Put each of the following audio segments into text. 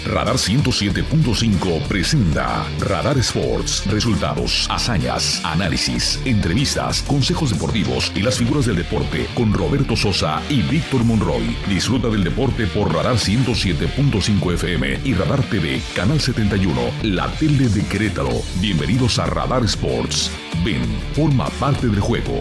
Radar 107.5 presenta Radar Sports. Resultados, hazañas, análisis, entrevistas, consejos deportivos y las figuras del deporte con Roberto Sosa y Víctor Monroy. Disfruta del deporte por Radar 107.5 FM y Radar TV, Canal 71, la tele de Querétaro. Bienvenidos a Radar Sports. Ven, forma parte del juego.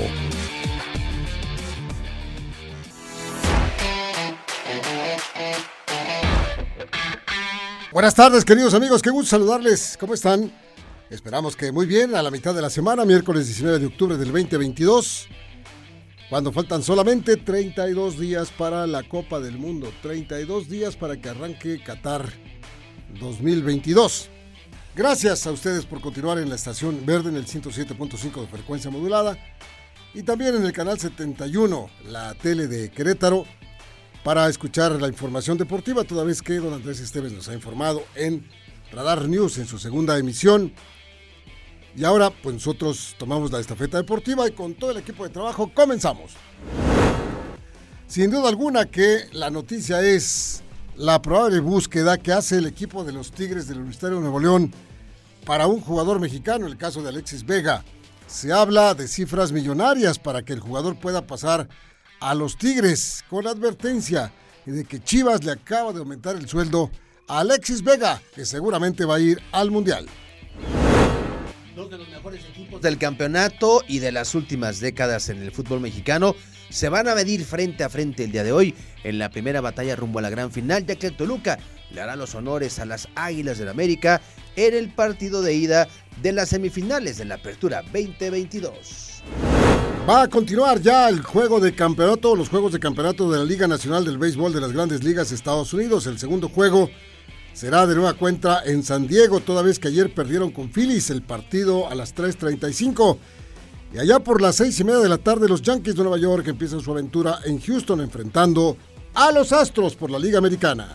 Buenas tardes, queridos amigos, qué gusto saludarles. ¿Cómo están? Esperamos que muy bien, a la mitad de la semana, miércoles 19 de octubre del 2022, cuando faltan solamente 32 días para la Copa del Mundo, 32 días para que arranque Qatar 2022. Gracias a ustedes por continuar en la estación verde en el 107.5 de frecuencia modulada y también en el canal 71, la tele de Querétaro, para escuchar la información deportiva, toda vez que don Andrés Esteves nos ha informado en Radar News en su segunda emisión. Y ahora, pues nosotros tomamos la estafeta deportiva y con todo el equipo de trabajo comenzamos. Sin duda alguna que la noticia es la probable búsqueda que hace el equipo de los Tigres del Universitario de Nuevo León para un jugador mexicano, el caso de Alexis Vega. Se habla de cifras millonarias para que el jugador pueda pasar a los Tigres, con la advertencia de que Chivas le acaba de aumentar el sueldo a Alexis Vega, que seguramente va a ir al Mundial. Dos de los mejores equipos del campeonato y de las últimas décadas en el fútbol mexicano se van a medir frente a frente el día de hoy en la primera batalla rumbo a la gran final, ya que el Toluca le hará los honores a las Águilas del América en el partido de ida de las semifinales de la Apertura 2022. Va a continuar ya el juego de campeonato, los juegos de campeonato de la Liga Nacional del Béisbol de las Grandes Ligas de Estados Unidos. El segundo juego será de nueva cuenta en San Diego, toda vez que ayer perdieron con Phillies el partido a las 3:35. Y allá por las 6:30 de la tarde, los Yankees de Nueva York empiezan su aventura en Houston, enfrentando a los Astros por la Liga Americana.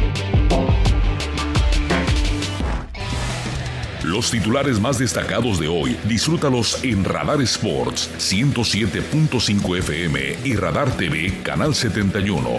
Los titulares más destacados de hoy, disfrútalos en Radar Sports 107.5 FM y Radar TV, Canal 71.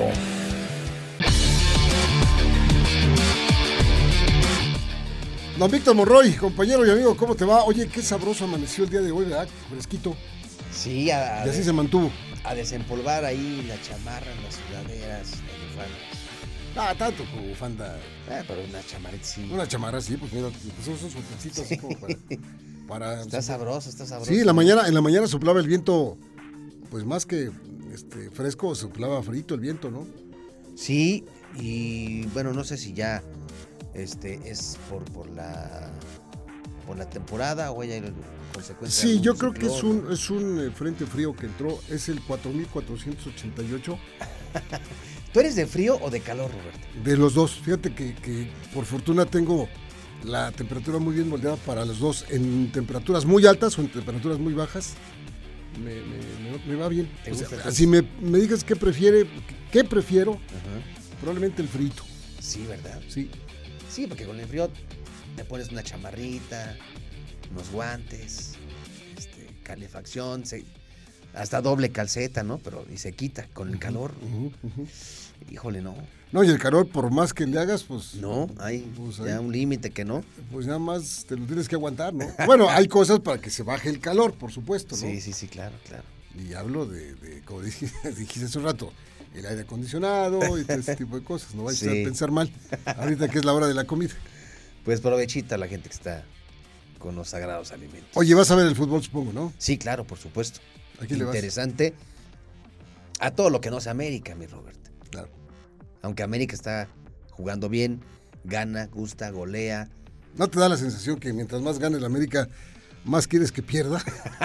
Don Víctor Monroy, compañero y amigo, ¿cómo te va? Oye, qué sabroso amaneció el día de hoy, ¿verdad? Fresquito. Sí, y así se mantuvo. A desempolvar ahí la chamarra, las sudaderas, las bufandas. Tanto como bufanda. Pero una chamarra sí. Una chamarra sí, pues mira, pues esos suétercitos así como para Está sabroso. Sí, en la mañana soplaba el viento, pues más que fresco, soplaba frito el viento, ¿no? Sí, y bueno, no sé si ya es por la temporada o hay consecuencias. Sí, yo creo que es un frente frío que entró, es el 4488. ¿Tú eres de frío o de calor, Roberto? De los dos. Fíjate que por fortuna tengo la temperatura muy bien moldeada para los dos. En temperaturas muy altas o en temperaturas muy bajas, me va bien. O sea, si me digas qué prefiero, probablemente el frito. Sí, ¿verdad? Sí. Sí, porque con el frío te pones una chamarrita, unos guantes, calefacción, hasta doble calceta, ¿no? Y se quita con el calor. Híjole, no. No, y el calor, por más que le hagas, pues... No, hay ya un límite que no. Pues nada más te lo tienes que aguantar, ¿no? Bueno, hay cosas para que se baje el calor, por supuesto, ¿no? Sí, claro. Y hablo de como dijiste hace un rato, el aire acondicionado y todo ese tipo de cosas. No vayas a pensar mal, ahorita que es la hora de la comida. Pues provechita la gente que está con los sagrados alimentos. Oye, vas a ver el fútbol, supongo, ¿no? Sí, claro, por supuesto. ¿A quién le vas? Interesante. A todo lo que no sea América, mi Roberto. Claro. Aunque América está jugando bien, gana, gusta, golea. ¿No te da la sensación que mientras más gane el América, más quieres que pierda?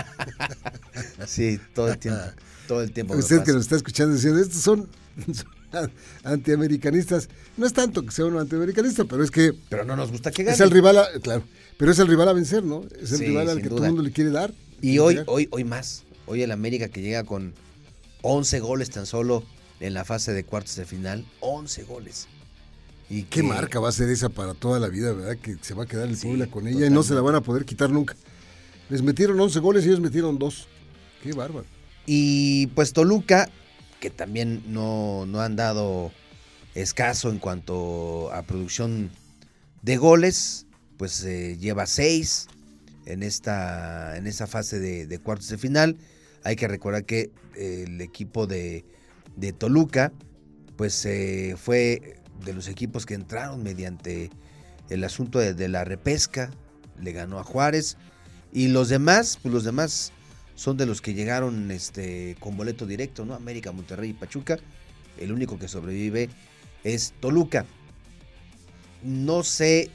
Sí, todo el tiempo. Usted que nos está escuchando diciendo, estos son antiamericanistas. No es tanto que sea uno antiamericanista, pero es que... Pero no nos gusta que gane. Es el rival, claro, pero es el rival a vencer, ¿no? Es el sí, rival al que todo el mundo le quiere dar. Y hoy más. Hoy el América que llega con 11 goles tan solo en la fase de cuartos de final. 11 goles. ¿Y qué marca va a ser esa para toda la vida, verdad? Que se va a quedar el Puebla con ella totalmente. Y no se la van a poder quitar nunca. Les metieron 11 goles y ellos metieron 2. Qué bárbaro. Y pues Toluca, que también no han dado escaso en cuanto a producción de goles, pues lleva 6 en esta fase de cuartos de final. Hay que recordar que el equipo de Toluca pues fue de los equipos que entraron mediante el asunto de la repesca, le ganó a Juárez, y los demás son de los que llegaron con boleto directo, ¿no? América, Monterrey y Pachuca. El único que sobrevive es Toluca. No sé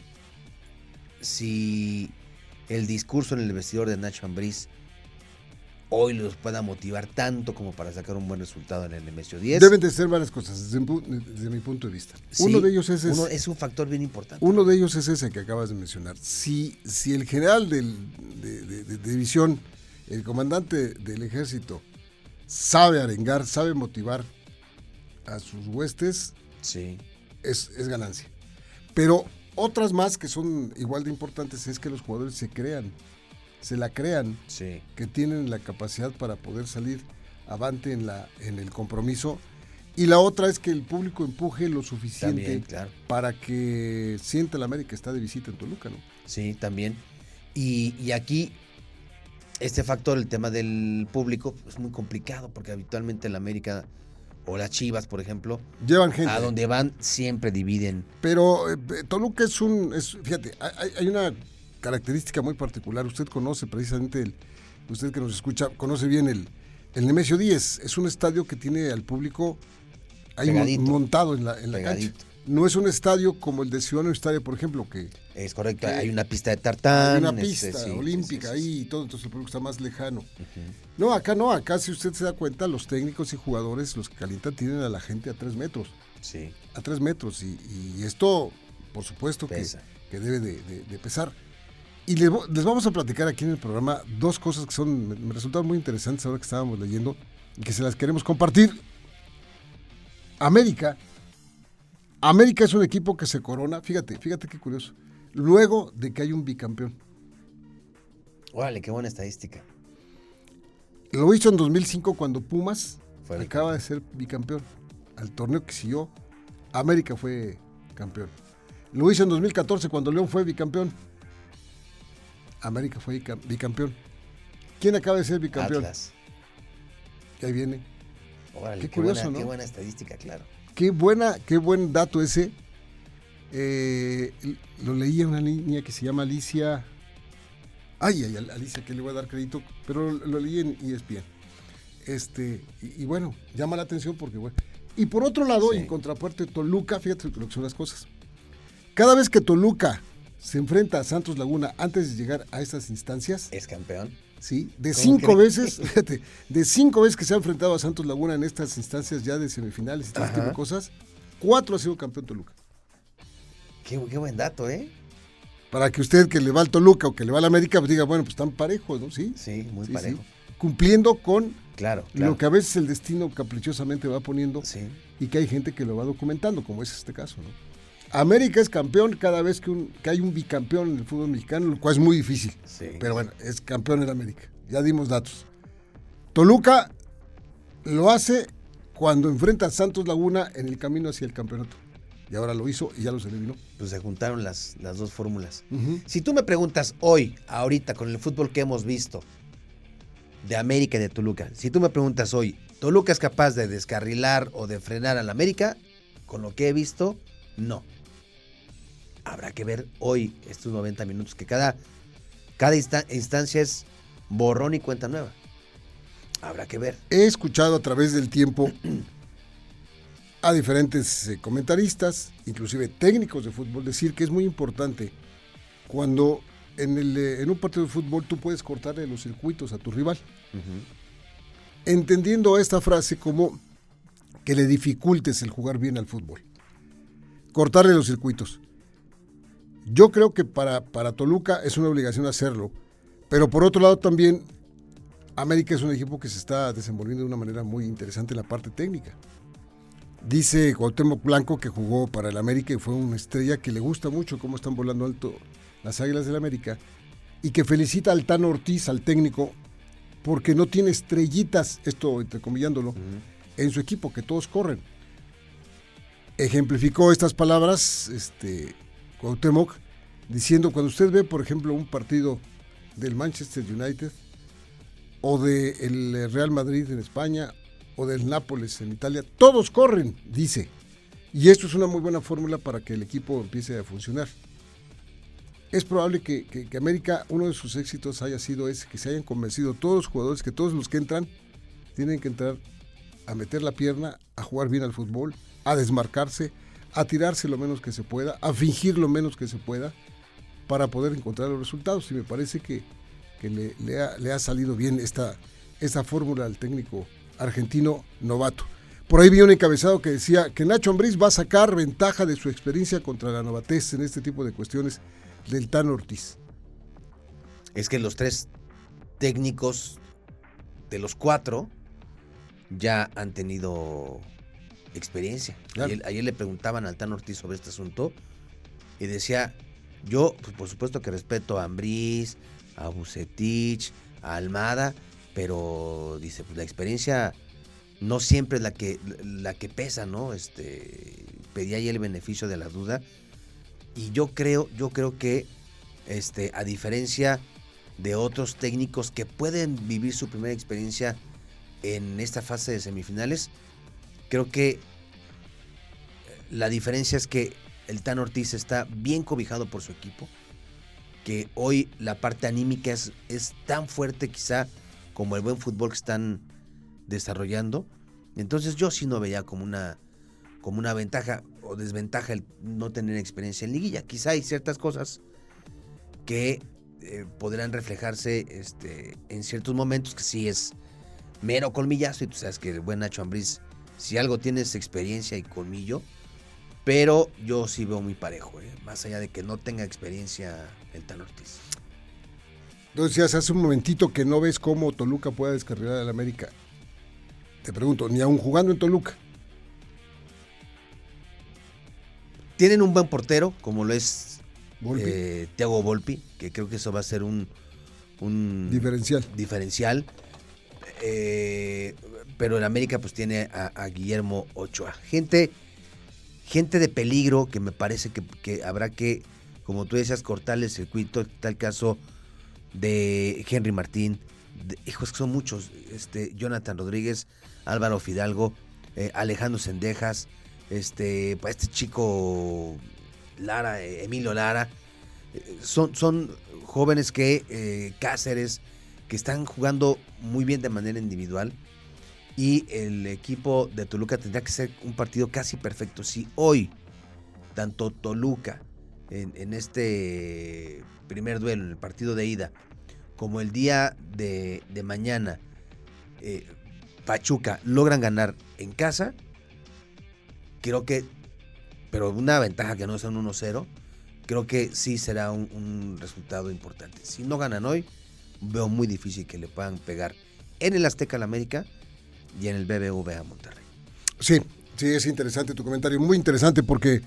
si el discurso en el vestidor de Nacho Ambriz hoy los pueda motivar tanto como para sacar un buen resultado en el Nemesio 10. Deben de ser varias cosas desde mi punto de vista. Sí, uno de ellos es un factor bien importante. Uno de ellos es ese que acabas de mencionar. Si el general de división, el comandante del ejército, sabe arengar, sabe motivar a sus huestes, sí, es ganancia. Pero otras más que son igual de importantes es que los jugadores se la crean, sí, que tienen la capacidad para poder salir avante en el compromiso. Y la otra es que el público empuje lo suficiente también, claro, para que sienta el América está de visita en Toluca, ¿no? Sí, también. Y aquí este factor, el tema del público, es muy complicado porque habitualmente el América o las Chivas, por ejemplo, llevan gente. A donde van siempre dividen. Pero Toluca fíjate, hay una característica muy particular. Usted conoce precisamente, usted que nos escucha, conoce bien el Nemesio 10. Es un estadio que tiene al público ahí montado en la cancha. No es un estadio como el de Ciudad Universitaria, por ejemplo, que... Es correcto, hay una pista de tartán. Hay una pista olímpica ahí y todo, entonces el público está más lejano. No, acá si usted se da cuenta, los técnicos y jugadores, los que calientan, tienen a la gente a 3 metros. Sí. A 3 metros y esto, por supuesto, que debe de pesar. Y les vamos a platicar aquí en el programa 2 cosas que me resultaron muy interesantes ahora que estábamos leyendo y que se las queremos compartir. América es un equipo que se corona, fíjate qué curioso, luego de que hay un bicampeón. Órale, qué buena estadística. Lo hizo en 2005 cuando Pumas acaba de ser bicampeón. Al torneo que siguió, América fue campeón. Lo hizo en 2014 cuando León fue bicampeón. América fue bicampeón. ¿Quién acaba de ser bicampeón? Atlas. Y ahí viene. Órale, qué curioso, buena, ¿no? Qué buena estadística, claro. Qué buen dato ese. Lo leía una niña que se llama Alicia. Alicia, que le voy a dar crédito, pero lo leí en ESPN. Y bueno, llama la atención porque bueno. Y por otro lado, en contraparte, Toluca, fíjate lo que son las cosas. Cada vez que Toluca se enfrenta a Santos Laguna antes de llegar a estas instancias, es campeón. Sí, de 5 veces, fíjate, de 5 veces que se ha enfrentado a Santos Laguna en estas instancias ya de semifinales y todo este tipo de cosas, 4 ha sido campeón Toluca. Qué buen dato, ¿eh? Para que usted que le va al Toluca o que le va al América, pues diga, bueno, pues están parejos, ¿no? Sí, muy parejo. Sí. Cumpliendo con claro. Lo que a veces el destino caprichosamente va poniendo y que hay gente que lo va documentando, como es este caso, ¿no? América es campeón cada vez que hay un bicampeón en el fútbol mexicano, lo cual es muy difícil. Sí. Pero bueno, es campeón en América. Ya dimos datos. Toluca lo hace cuando enfrenta a Santos Laguna en el camino hacia el campeonato. Y ahora lo hizo y ya los eliminó. Pues se juntaron las dos fórmulas. Si tú me preguntas hoy, ahorita, con el fútbol que hemos visto de América y de Toluca, si tú me preguntas hoy, ¿Toluca es capaz de descarrilar o de frenar al América? Con lo que he visto, no. Habrá que ver hoy estos 90 minutos, que cada instancia es borrón y cuenta nueva. Habrá que ver. He escuchado a través del tiempo a diferentes comentaristas, inclusive técnicos de fútbol, decir que es muy importante cuando en un partido de fútbol tú puedes cortarle los circuitos a tu rival. Entendiendo esta frase como que le dificultes el jugar bien al fútbol. Cortarle los circuitos. Yo creo que para Toluca es una obligación hacerlo, pero por otro lado también América es un equipo que se está desenvolviendo de una manera muy interesante en la parte técnica. Dice Cuauhtémoc Blanco, que jugó para el América y fue una estrella, que le gusta mucho cómo están volando alto las Águilas del América, y que felicita al Tano Ortiz, al técnico, porque no tiene estrellitas, esto entrecomillándolo, en su equipo, que todos corren. ejemplificó estas palabras, Cuauhtémoc, diciendo, cuando usted ve, por ejemplo, un partido del Manchester United o del Real Madrid en España o del Nápoles en Italia, todos corren, dice. Y esto es una muy buena fórmula para que el equipo empiece a funcionar. Es probable que América, uno de sus éxitos haya sido ese, que se hayan convencido todos los jugadores, que todos los que entran, tienen que entrar a meter la pierna, a jugar bien al fútbol, a desmarcarse, a tirarse lo menos que se pueda, a fingir lo menos que se pueda, para poder encontrar los resultados. Y me parece que le ha salido bien esta fórmula al técnico argentino novato. Por ahí vi un encabezado que decía que Nacho Ambriz va a sacar ventaja de su experiencia contra la novatez en este tipo de cuestiones del Tano Ortiz. Es que los 3 técnicos de los 4 ya han tenido experiencia. Claro. Ayer le preguntaban al Tano Ortiz sobre este asunto y decía, yo pues, por supuesto que respeto a Ambriz, a Vucetich, a Almada, pero dice, pues la experiencia no siempre es la que pesa, ¿no? Pedía ahí el beneficio de la duda. Y yo creo que a diferencia de otros técnicos que pueden vivir su primera experiencia en esta fase de semifinales, creo que la diferencia es que el Tano Ortiz está bien cobijado por su equipo, que hoy la parte anímica es tan fuerte quizá como el buen fútbol que están desarrollando. Entonces yo sí no veía como una ventaja o desventaja el no tener experiencia en liguilla. Quizá hay ciertas cosas que podrán reflejarse en ciertos momentos que sí es mero colmillazo, y tú sabes que el buen Nacho Ambriz, si algo tiene es experiencia y colmillo, pero yo sí veo muy parejo, más allá de que no tenga experiencia el Tano Ortiz. Entonces, hace un momentito que no ves cómo Toluca pueda descarrilar al América. Te pregunto, ni aún jugando en Toluca. Tienen un buen portero, como lo es Thiago Volpi, que creo que eso va a ser un diferencial. Pero el América pues tiene a Guillermo Ochoa. Gente de peligro que me parece que habrá que, como tú decías, cortarle el circuito. Tal caso de Henry Martín, hijos que son muchos, Jonathan Rodríguez, Álvaro Fidalgo, Alejandro Cendejas, este chico Lara, Emilio Lara, son jóvenes que Cáceres, que están jugando muy bien de manera individual, y el equipo de Toluca tendrá que ser un partido casi perfecto. Si hoy tanto Toluca en este primer duelo, en el partido de ida, como el día de mañana Pachuca logran ganar en casa, creo que, pero una ventaja que no sea un 1-0, creo que sí será un resultado importante. Si no ganan hoy, veo muy difícil que le puedan pegar en el Azteca al América y en el BBVA a Monterrey. Sí, es interesante tu comentario, muy interesante, porque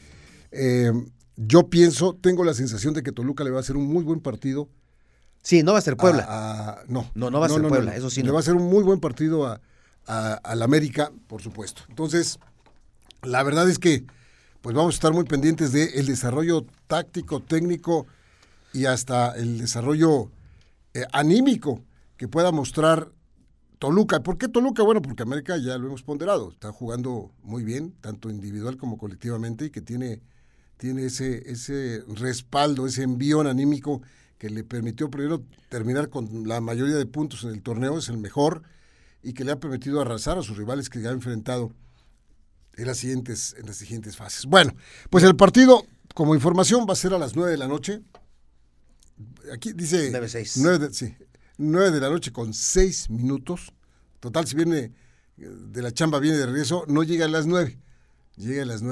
yo tengo la sensación de que Toluca le va a hacer un muy buen partido. Sí, no va a ser Puebla. No va a ser Puebla, eso sí. Le va a hacer un muy buen partido al América, por supuesto. Entonces, la verdad es que pues vamos a estar muy pendientes del desarrollo táctico, técnico y hasta el desarrollo anímico que pueda mostrar Toluca. ¿Por qué Toluca? Bueno, porque América ya lo hemos ponderado, está jugando muy bien, tanto individual como colectivamente, y que tiene ese respaldo, ese envión anímico que le permitió primero terminar con la mayoría de puntos en el torneo, es el mejor, y que le ha permitido arrasar a sus rivales que ya ha enfrentado en las siguientes fases. Bueno, pues el partido, como información, va a ser a las 9 de la noche. Aquí dice 9 de la noche con 6 minutos. Total, si viene de la chamba, viene de regreso, no llega a las 9. Llega a las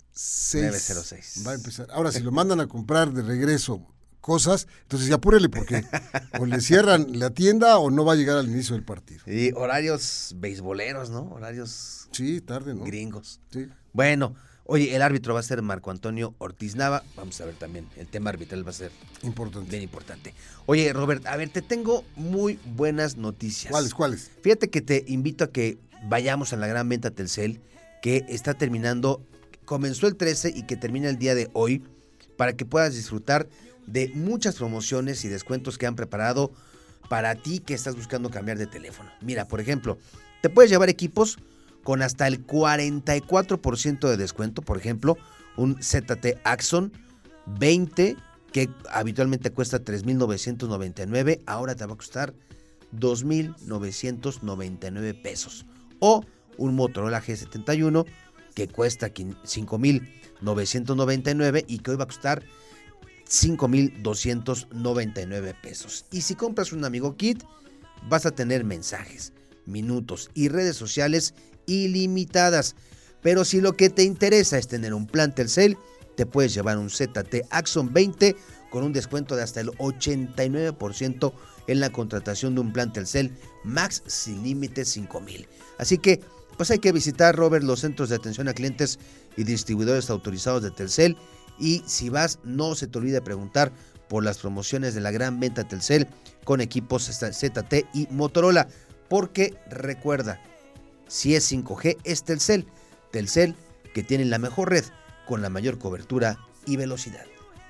9:06. Va a empezar. Ahora, si lo mandan a comprar de regreso cosas, entonces ya apúrele, porque o le cierran la tienda o no va a llegar al inicio del partido. Y horarios beisboleros, ¿no? Horarios tarde, ¿no? Gringos. Sí. Bueno, oye, el árbitro va a ser Marco Antonio Ortiz Nava. Vamos a ver también, el tema arbitral va a ser bien importante. Oye, Robert, a ver, te tengo muy buenas noticias. ¿Cuáles? Fíjate que te invito a que vayamos a la gran venta Telcel, que está terminando comenzó el 13 y que termina el día de hoy, para que puedas disfrutar de muchas promociones y descuentos que han preparado para ti que estás buscando cambiar de teléfono. Mira, por ejemplo, te puedes llevar equipos con hasta el 44% de descuento. Por ejemplo, un ZTE Axon 20 que habitualmente cuesta 3,999, ahora te va a costar 2,999 pesos. O un Motorola G71 que cuesta 5,999 y que hoy va a costar 5,299 pesos. Y si compras un Amigo Kit, vas a tener mensajes, minutos y redes sociales ilimitadas. Pero si lo que te interesa es tener un plan Telcel, te puedes llevar un ZTE Axon 20 con un descuento de hasta el 89% en la contratación de un plan Telcel Max sin límite 5,000. Así que pues hay que visitar, Robert, los centros de atención a clientes y distribuidores autorizados de Telcel. Y si vas, no se te olvide preguntar por las promociones de la gran venta Telcel con equipos ZTE y Motorola. Porque recuerda, si es 5G, es Telcel. Telcel, que tiene la mejor red con la mayor cobertura y velocidad.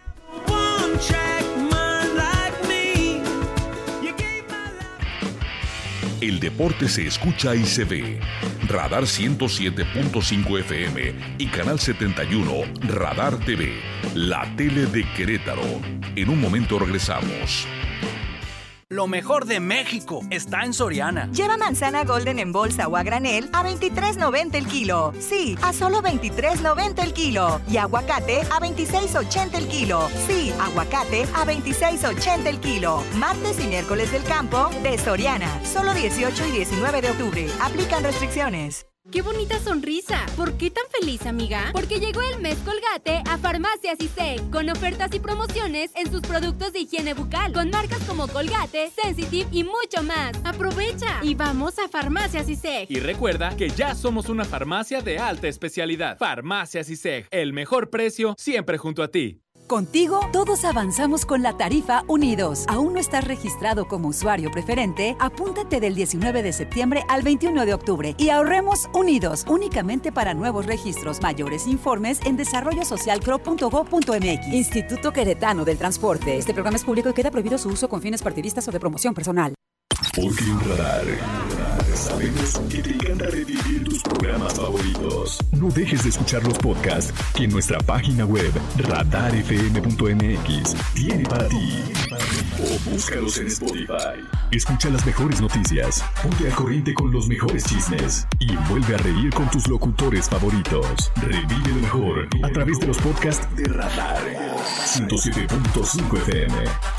El deporte se escucha y se ve. Radar 107.5 FM y Canal 71 Radar TV, la tele de Querétaro. En un momento regresamos. Lo mejor de México está en Soriana. Lleva manzana Golden en bolsa o a granel a $23.90 el kilo. Sí, a solo $23.90 el kilo. Y aguacate a $26.80 el kilo. Sí, aguacate a $26.80 el kilo. Martes y miércoles del campo de Soriana. Solo 18 y 19 de octubre. Aplican restricciones. ¡Qué bonita sonrisa! ¿Por qué tan feliz, amiga? Porque llegó el mes Colgate a Farmacias ISEC, con ofertas y promociones en sus productos de higiene bucal, con marcas como Colgate, Sensitive y mucho más. ¡Aprovecha! Y vamos a Farmacias ISEC. Y recuerda que ya somos una farmacia de alta especialidad. Farmacias ISEC, el mejor precio siempre junto a ti. Contigo, todos avanzamos con la tarifa Unidos. ¿Aún no estás registrado como usuario preferente? Apúntate del 19 de septiembre al 21 de octubre y ahorremos unidos, únicamente para nuevos registros. Mayores informes en desarrollosocialcro.gov.mx. Instituto Queretano del Transporte. Este programa es público y queda prohibido su uso con fines partidistas o de promoción personal. Porque en Radar sabemos que te encanta revivir tus programas favoritos. No dejes de escuchar los podcasts que en nuestra página web radarfm.mx tiene para ti. O búscalos en Spotify. Escucha las mejores noticias, ponte al corriente con los mejores chismes y vuelve a reír con tus locutores favoritos. Revive lo mejor a través de los podcasts de Radar 107.5 FM.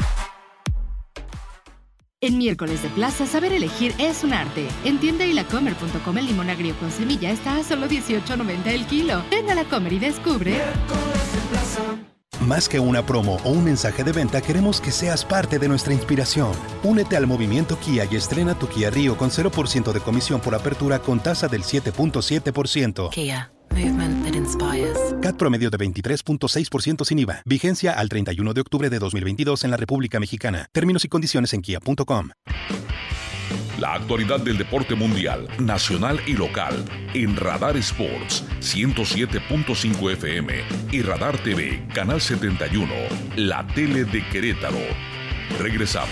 En miércoles de plaza, saber elegir es un arte. En tienda y lacomer.com el limón agrio con semilla está a solo $18.90 el kilo. Ven a La Comer y descubre. Más que una promo o un mensaje de venta, queremos que seas parte de nuestra inspiración. Únete al movimiento Kia y estrena tu Kia Rio con 0% de comisión por apertura con tasa del 7.7%. Kia. Movement that inspires. CAT promedio de 23.6% sin IVA. Vigencia al 31 de octubre de 2022 en la República Mexicana. Términos y condiciones en kia.com. La actualidad del deporte mundial, nacional y local en Radar Sports 107.5 FM y Radar TV, Canal 71, la tele de Querétaro. Regresamos.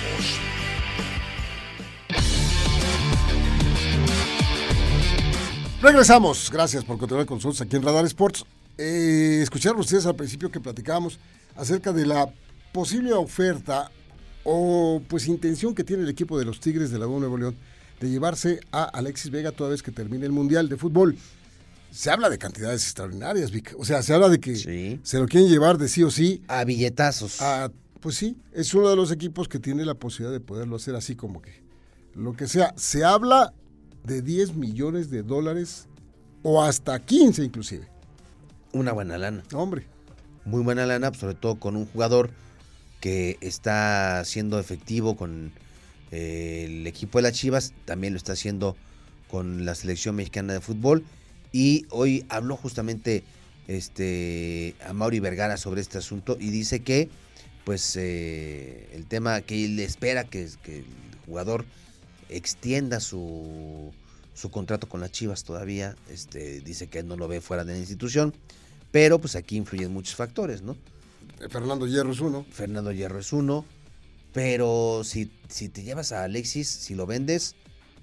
Regresamos, gracias por continuar con nosotros aquí en Radar Sports. Escucharon ustedes al principio que platicábamos acerca de la posible oferta o pues intención que tiene el equipo de los Tigres de la Nuevo León de llevarse a Alexis Vega toda vez que termine el Mundial de Fútbol. Se habla de cantidades extraordinarias, Vic. O sea, se habla de que se lo quieren llevar de sí o sí. A billetazos. Pues sí, es uno de los equipos que tiene la posibilidad de poderlo hacer así como que lo que sea. Se habla de $10 millones o hasta 15 inclusive. Una buena lana. Hombre. Muy buena lana, sobre todo con un jugador que está siendo efectivo con el equipo de las Chivas, también lo está haciendo con la selección mexicana de fútbol. Y hoy habló justamente a Mauri Vergara sobre este asunto y dice que pues el tema que él espera que el jugador extienda su contrato con las Chivas todavía, dice que no lo ve fuera de la institución, Pero pues aquí influyen muchos factores, ¿no? Fernando Hierro es uno. Fernando Hierro es uno. Pero si te llevas a Alexis, si lo vendes,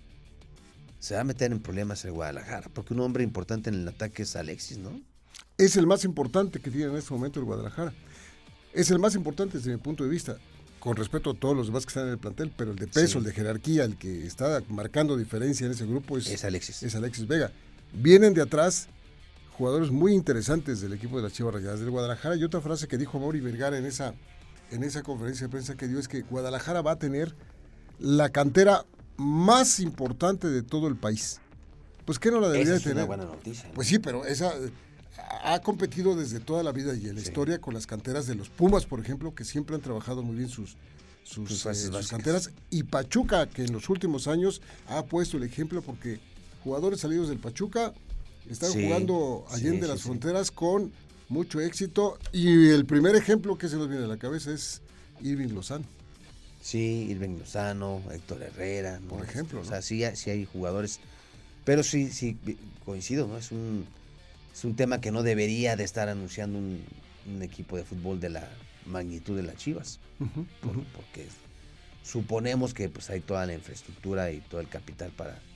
se va a meter en problemas el Guadalajara, porque un hombre importante en el ataque es Alexis, ¿no? Es el más importante que tiene en este momento el Guadalajara. Es el más importante desde mi punto de vista, con respeto a todos los demás que están en el plantel, pero el de peso, sí, el de jerarquía, el que está marcando diferencia en ese grupo es Alexis. Es Alexis Vega. Vienen de atrás jugadores muy interesantes del equipo de las Chivas Rayadas del Guadalajara, y otra frase que dijo Mauri Vergara en esa conferencia de prensa que dio es que Guadalajara va a tener la cantera más importante de todo el país. Pues ¿qué no la debería de tener? Esa es una buena noticia, ¿no? Pues sí, pero esa ha competido desde toda la vida y en la historia con las canteras de los Pumas, por ejemplo, que siempre han trabajado muy bien sus canteras, y Pachuca, que en los últimos años ha puesto el ejemplo porque jugadores salidos del Pachuca están jugando allende las fronteras con mucho éxito, y el primer ejemplo que se nos viene a la cabeza es Irving Lozano. Sí, Irving Lozano, Héctor Herrera, ¿no? Por ejemplo, ¿no? O sea, sí hay jugadores, pero sí coincido, ¿no? Es un tema que no debería de estar anunciando un equipo de fútbol de la magnitud de las Chivas, porque suponemos que pues hay toda la infraestructura y todo el capital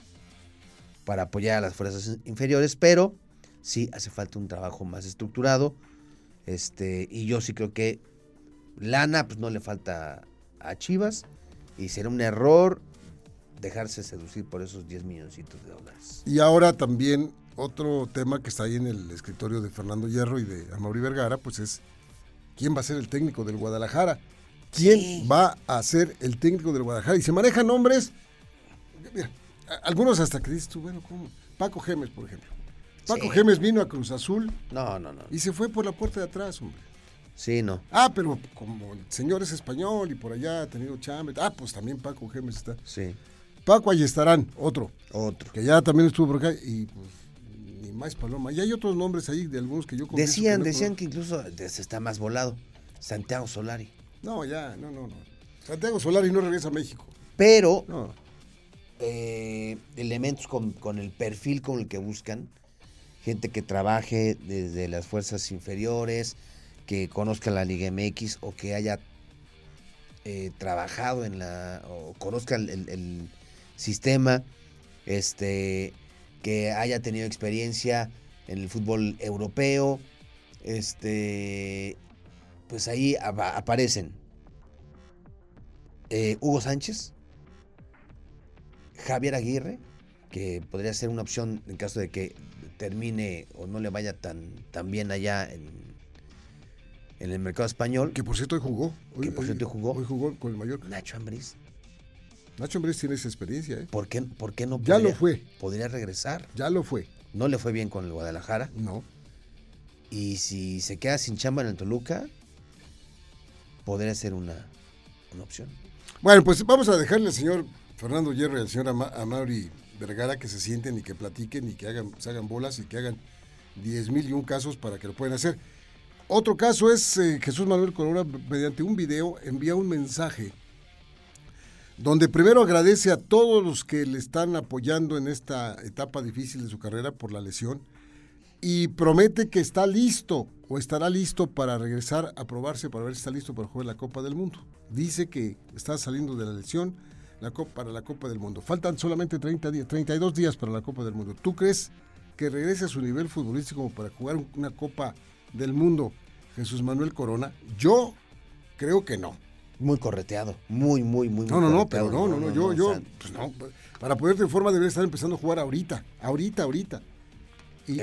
para apoyar a las fuerzas inferiores, pero sí hace falta un trabajo más estructurado, y yo sí creo que lana pues no le falta a Chivas, y será un error dejarse seducir por esos $10 milloncitos. Y ahora también otro tema que está ahí en el escritorio de Fernando Hierro y de Amaury Vergara, pues es ¿quién va a ser el técnico del Guadalajara? ¿Quién va a ser el técnico del Guadalajara? Y se manejan nombres, mira, algunos hasta que dices tú, bueno, ¿cómo? Paco Gémez, por ejemplo. Paco Gémez vino a Cruz Azul. No. Y se fue por la puerta de atrás, hombre. Sí, no. Pero como el señor es español y por allá ha tenido chamba. Pues también Paco Gémez está. Sí. Paco Ayestarán, otro. Que ya también estuvo por acá y pues ni más paloma. Y hay otros nombres ahí de algunos que yo confieso. Decían que incluso está más volado. Santiago Solari. No. Santiago Solari no regresa a México. Pero elementos con el perfil con el que buscan, gente que trabaje desde las fuerzas inferiores, que conozca la Liga MX o que haya trabajado o conozca el sistema, que haya tenido experiencia en el fútbol europeo, pues ahí aparecen Hugo Sánchez, Javier Aguirre, que podría ser una opción en caso de que termine o no le vaya tan bien allá en el mercado español. Que por cierto hoy jugó. Hoy jugó con el Mallorca. Nacho Ambriz. Nacho Ambriz tiene esa experiencia, ¿eh? ¿Por qué no ya lo fue? Podría regresar. Ya lo fue. No le fue bien con el Guadalajara. No. Y si se queda sin chamba en el Toluca, podría ser una opción. Bueno, pues vamos a dejarle al señor Fernando Hierro y al señor Amaury Vergara que se sienten y que platiquen y que se hagan bolas y que hagan 10,001 casos para que lo puedan hacer. Otro caso es Jesús Manuel Corona, mediante un video, envía un mensaje donde primero agradece a todos los que le están apoyando en esta etapa difícil de su carrera por la lesión y promete que está listo o estará listo para regresar a probarse para ver si está listo para jugar la Copa del Mundo. Dice que está saliendo de la lesión para la Copa del Mundo. Faltan solamente 32 días para la Copa del Mundo. ¿Tú crees que regrese a su nivel futbolístico como para jugar una Copa del Mundo Jesús Manuel Corona? Yo creo que no. Muy correteado, muy No, pero yo, pues no, para poder de forma debería estar empezando a jugar ahorita. Y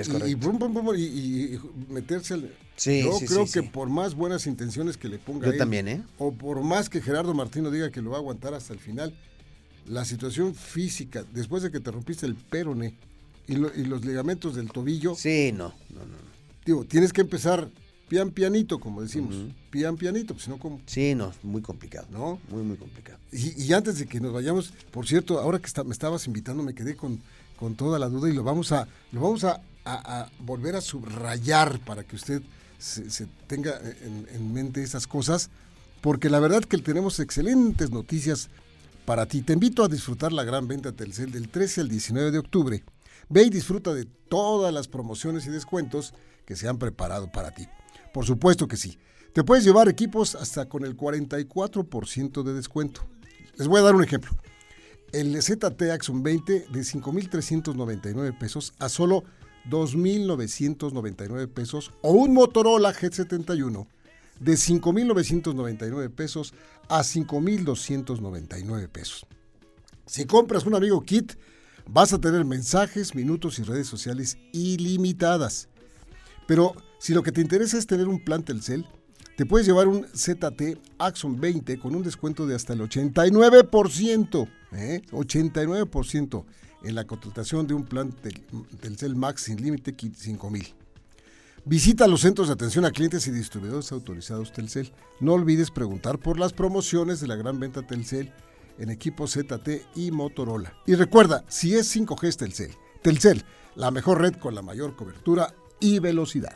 meterse al... Yo creo que por más buenas intenciones que le ponga yo él, también, o por más que Gerardo Martino diga que lo va a aguantar hasta el final, la situación física, después de que te rompiste el péroné y los ligamentos del tobillo... Sí, no. Digo, tienes que empezar pianito, como decimos. Pianito, pues si no, ¿cómo? Sí, no, muy complicado. ¿No? Muy complicado. Y antes de que nos vayamos, por cierto, ahora que me estabas invitando, me quedé con toda la duda y lo vamos a volver a subrayar para que usted se tenga en mente esas cosas, porque la verdad que tenemos excelentes noticias para ti. Te invito a disfrutar la gran venta Telcel del 13 al 19 de octubre. Ve y disfruta de todas las promociones y descuentos que se han preparado para ti. Por supuesto que sí. Te puedes llevar equipos hasta con el 44% de descuento. Les voy a dar un ejemplo. El ZT Axon 20 de 5,399 pesos a solo 2,999 pesos o un Motorola G71 de 5,999 pesos a 5,299 pesos. Si compras un Amigo Kit, vas a tener mensajes, minutos y redes sociales ilimitadas. Pero si lo que te interesa es tener un plan Telcel, te puedes llevar un ZT Axon 20 con un descuento de hasta el 89%, 89% en la contratación de un plan Telcel Max sin límite 5,000. Visita los centros de atención a clientes y distribuidores autorizados Telcel. No olvides preguntar por las promociones de la gran venta Telcel en equipos ZT y Motorola. Y recuerda, si es 5G es Telcel. Telcel, la mejor red con la mayor cobertura y velocidad.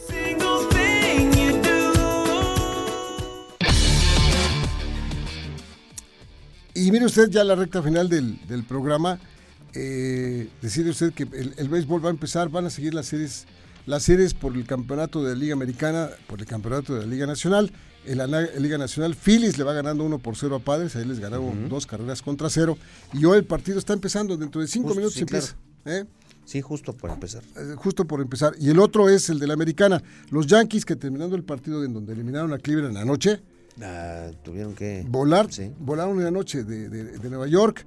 Y mire usted ya la recta final del programa, decide usted que el béisbol va a empezar, van a seguir las series por el campeonato de la Liga Americana, por el campeonato de la Liga Nacional. En la Liga Nacional, Phillies le va ganando 1-0 a Padres, ahí les ganaron 2-0, y hoy el partido está empezando, dentro de 5 minutos empieza. Claro. Sí, justo por empezar. Justo por empezar. Y el otro es el de la Americana. Los Yankees, que terminando el partido en donde eliminaron a Cleveland anoche, tuvieron que volaron en la noche de Nueva York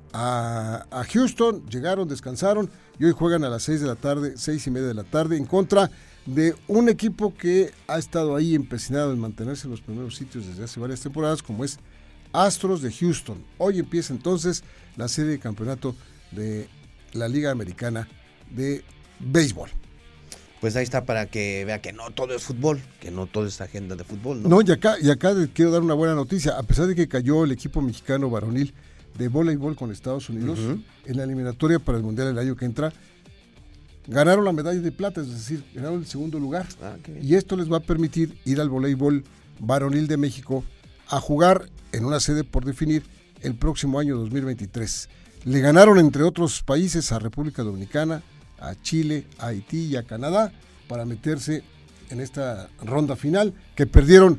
a Houston, llegaron, descansaron y hoy juegan a las 6:30 de la tarde en contra de un equipo que ha estado ahí empecinado en mantenerse en los primeros sitios desde hace varias temporadas, como es Astros de Houston. Hoy empieza entonces la serie de campeonato de la Liga Americana de Béisbol. Pues ahí está para que vea que no todo es fútbol, que no todo es agenda de fútbol, ¿no? No, y acá quiero dar una buena noticia. A pesar de que cayó el equipo mexicano varonil de voleibol con Estados Unidos en la eliminatoria para el Mundial el año que entra, ganaron la medalla de plata, es decir, ganaron el segundo lugar. Y esto les va a permitir ir al voleibol varonil de México a jugar en una sede por definir el próximo año 2023. Le ganaron, entre otros países, a República Dominicana, a Chile, a Haití y a Canadá para meterse en esta ronda final, que perdieron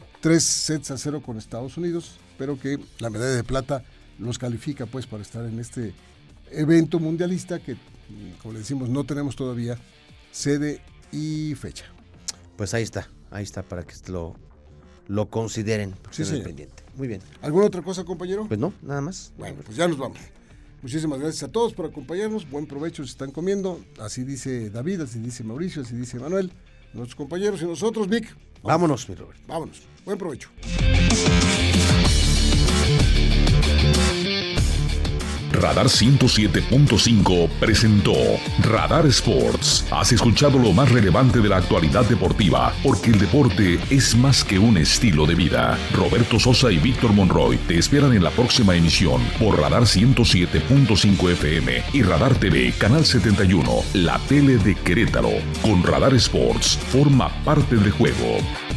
3-0 con Estados Unidos, pero que la medalla de plata los califica pues para estar en este evento mundialista que, como le decimos, no tenemos todavía sede y fecha. Pues ahí está para que lo consideren. Sí, señor. Pendiente. Muy bien. ¿Alguna otra cosa, compañero? Pues no, nada más. Bueno, pues ya nos vamos. Muchísimas gracias a todos por acompañarnos. Buen provecho si están comiendo. Así dice David, así dice Mauricio, así dice Manuel, nuestros compañeros y nosotros, Vic. Vámonos, mi Robert. Vámonos. Buen provecho. Radar 107.5 presentó Radar Sports. Has escuchado lo más relevante de la actualidad deportiva, porque el deporte es más que un estilo de vida. Roberto Sosa y Víctor Monroy te esperan en la próxima emisión por Radar 107.5 FM y Radar TV, Canal 71, la tele de Querétaro. Con Radar Sports, forma parte del juego.